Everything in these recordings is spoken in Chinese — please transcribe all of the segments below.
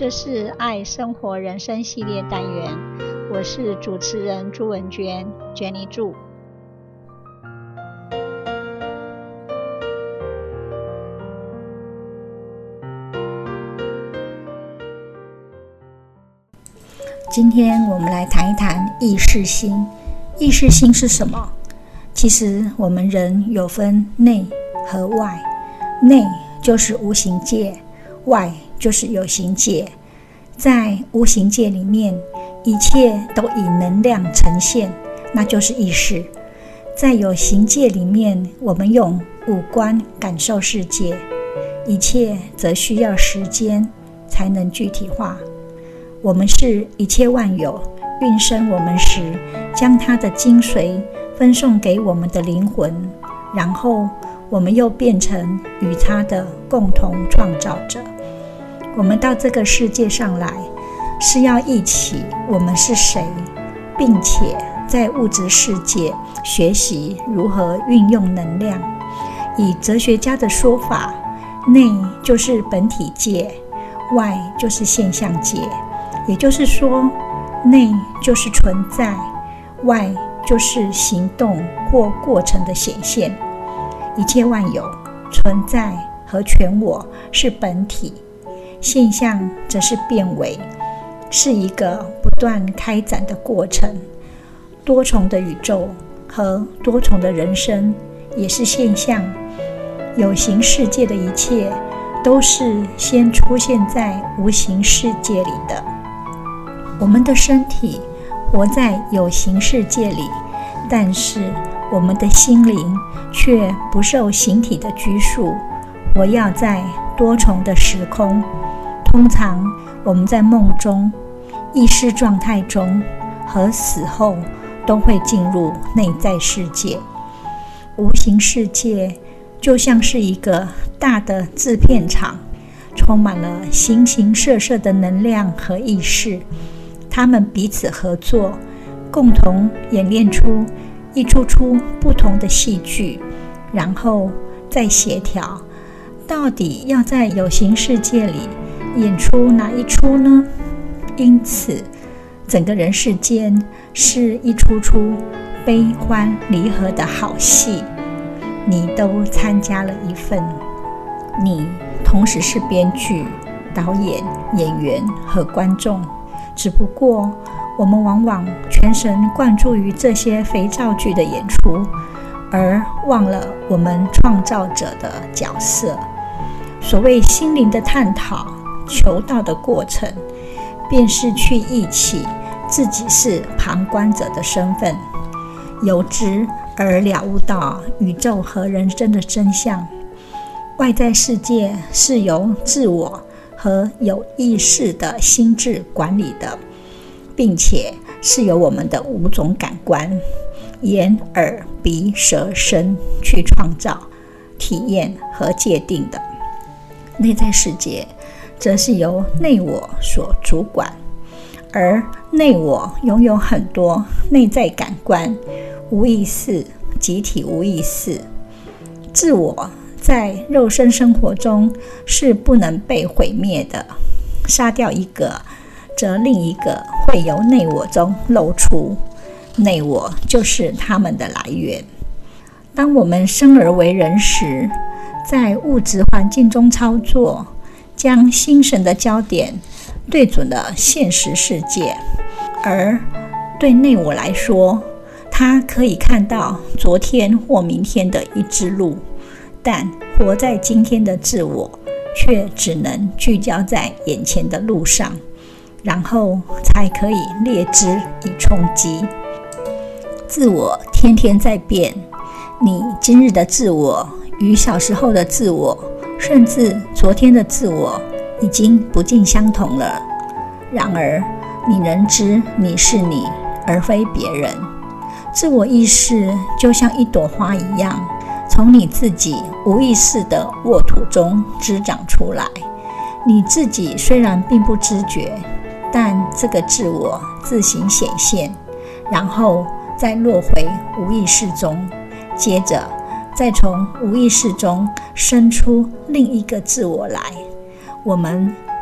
这是爱生活人生系列单元，我是主持人朱文娟 Jenny 朱。 今天我们来谈一谈意识心。意识心是什么？其实我们人有分内和外，内就是无形界，外就是有形界。在无形界里面，一切都以能量呈现，那就是意识。在有形界里面，我们用五官感受世界，一切则需要时间才能具体化。我们是一切万有孕生我们时，将它的精髓分送给我们的灵魂，然后我们又变成与它的共同创造者。我们到这个世界上来，是要忆起我们是谁，并且在物质世界学习如何运用能量。以哲学家的说法，内就是本体界，外就是现象界。也就是说，内就是存在，外就是行动或过程的显现。一切万有存在和全我是本体，现象则是变为，是一个不断开展的过程。多重的宇宙和多重的人生也是现象。有形世界的一切都是先出现在无形世界里的。我们的身体活在有形世界里，但是我们的心灵却不受形体的拘束，活跃在多重的时空。通常我们在梦中、意识状态中和死后都会进入内在世界。无形世界就像是一个大的制片厂，充满了形形色色的能量和意识。他们彼此合作，共同演练出一出出不同的戏剧，然后再协调，到底要在有形世界里演出哪一出呢？因此，整个人世间是一出出悲欢离合的好戏，你都参加了一份。你同时是编剧、导演、演员和观众。只不过我们往往全神贯注于这些肥皂剧的演出，而忘了我们创造者的角色。所谓心灵的探讨、求道的过程，便是去忆起自己是旁观者的身份，由之而了悟到宇宙和人生的真相。外在世界是由自我和有意识的心智管理的，并且是由我们的五种感官眼、耳、鼻、舌、身去创造、体验和界定的。内在世界则是由内我所主管，而内我拥有很多内在感官、无意识、集体无意识。自我在肉身生活中是不能被毁灭的，杀掉一个，则另一个会由内我中露出，内我就是它们的来源。当我们生而为人时，在物质环境中操作，将心神的焦点对准了现实世界，而对内我来说，它可以看到昨天或明天的一支路，但活在今天的自我却只能聚焦在眼前的路上，然后才可以列之以充击。自我天天在变，你今日的自我与小时候的自我，甚至昨天的自我已经不尽相同了。然而你仍知你是你，而非别人。自我意识就像一朵花一样，从你自己无意识的沃土中滋长出来。你自己虽然并不知觉，但这个自我自行显现，然后再落回无意识中，接着再从无意识中生出另一个自我来。我们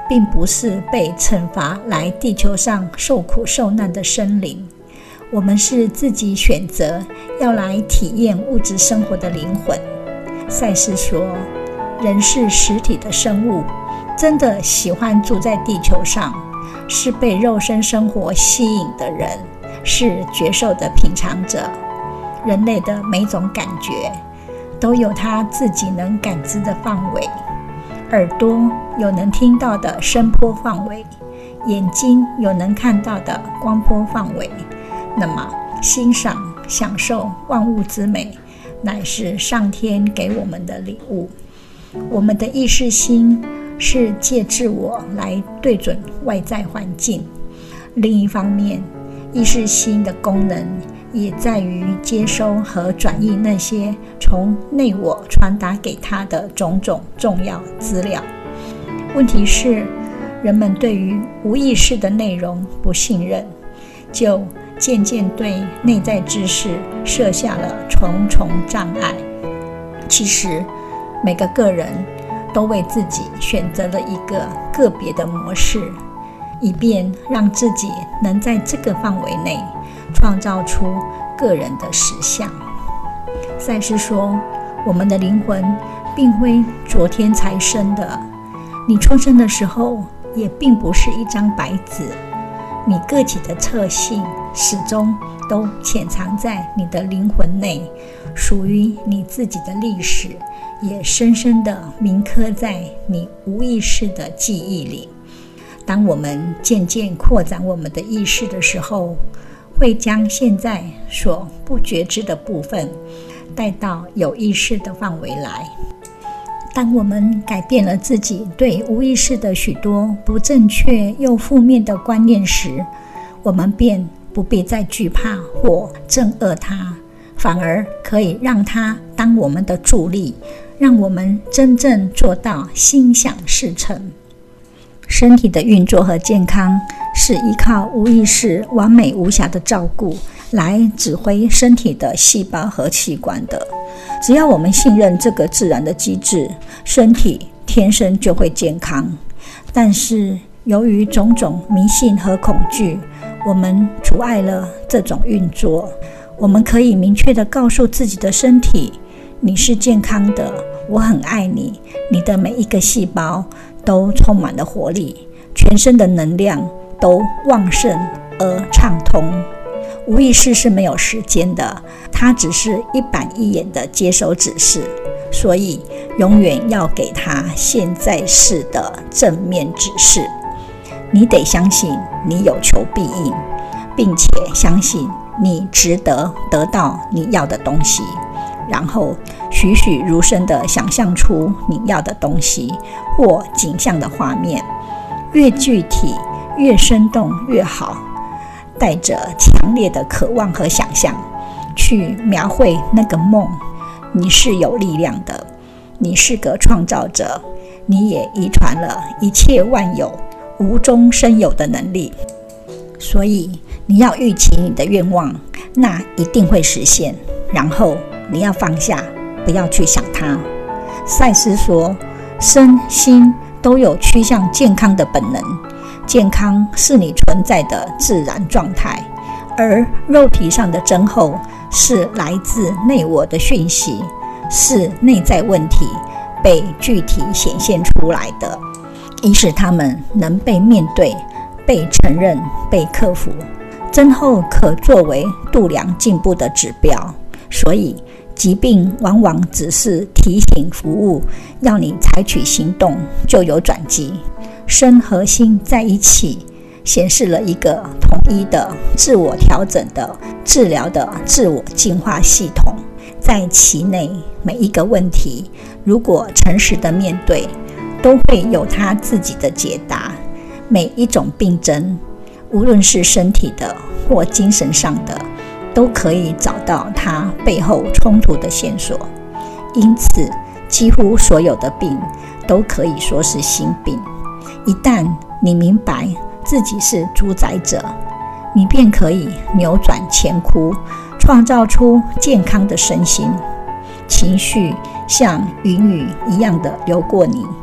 并不是被惩罚来地球上受苦受难的生灵，我们是自己选择要来体验物质生活的灵魂。赛斯说，人是实体的生物，真的喜欢住在地球上，是被肉身生活吸引的人，是觉受的品尝者。人类的每种感觉都有他自己能感知的范围，耳朵有能听到的声波范围，眼睛有能看到的光波范围。那么欣赏享受万物之美，乃是上天给我们的礼物。我们的意识心是借自我来对准外在环境，另一方面，意识心的功能也在于接收和转译那些从内我传达给他的种种重要资料。问题是，人们对于无意识的内容不信任，就渐渐对内在知识设下了重重障碍。其实每个个人都为自己选择了一个个别的模式，以便让自己能在这个范围内创造出个人的实相。赛斯说，我们的灵魂并非昨天才生的，你出生的时候也并不是一张白纸，你个体的特性始终都潜藏在你的灵魂内，属于你自己的历史也深深地铭刻在你无意识的记忆里。当我们渐渐扩展我们的意识的时候，会将现在所不觉知的部分带到有意识的范围来。当我们改变了自己对无意识的许多不正确又负面的观念时，我们便不必再惧怕或憎恶它，反而可以让它当我们的助力，让我们真正做到心想事成。身体的运作和健康是依靠无意识完美无瑕的照顾来指挥身体的细胞和器官的。只要我们信任这个自然的机制，身体天生就会健康。但是由于种种迷信和恐惧，我们阻碍了这种运作。我们可以明确地告诉自己的身体，你是健康的，我很爱你，你的每一个细胞都充满了活力，全身的能量都旺盛而畅通。无意识是没有时间的，它只是一板一眼的接收指示，所以永远要给它现在式的正面指示。你得相信你有求必应，并且相信你值得得到你要的东西，然后栩栩如生地想象出你要的东西或景象的画面，越具体越生动越好，带着强烈的渴望和想象去描绘那个梦。你是有力量的，你是个创造者，你也遗传了一切万有无中生有的能力，所以你要预期你的愿望，那一定会实现。然后你要放下，不要去想它。赛斯说，身心都有趋向健康的本能，健康是你存在的自然状态，而肉体上的症候是来自内我的讯息，是内在问题被具体显现出来的，以使他们能被面对、被承认、被克服。症候可作为度量进步的指标，所以疾病往往只是提醒服务，要你采取行动就有转机。身和心在一起，显示了一个统一的自我调整的治疗的自我进化系统。在其内，每一个问题如果诚实的面对，都会有他自己的解答。每一种病症，无论是身体的或精神上的，都可以找到它背后冲突的线索。因此几乎所有的病都可以说是心病。一旦你明白自己是主宰者，你便可以扭转乾坤，创造出健康的身心。情绪像云雨一样的流过你，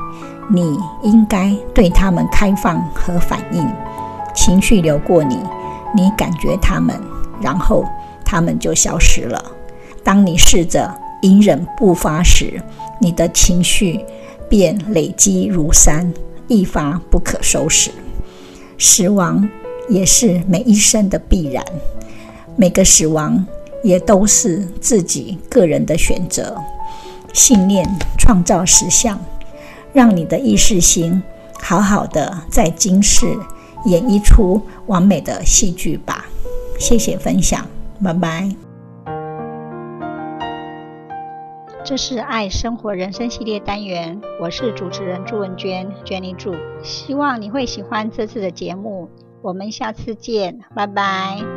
你应该对他们开放和反应。情绪流过你，你感觉他们，然后他们就消失了。当你试着隐忍不发时，你的情绪便累积如山，一发不可收拾。死亡也是每一生的必然，每个死亡也都是自己个人的选择。信念创造实相，让你的意识心好好的在今世演绎出完美的戏剧吧。谢谢分享，拜拜。 这是爱生活人生系列单元，我是主持人朱文娟 Jenny 朱，希望你会喜欢这次的节目，我们下次见，拜拜。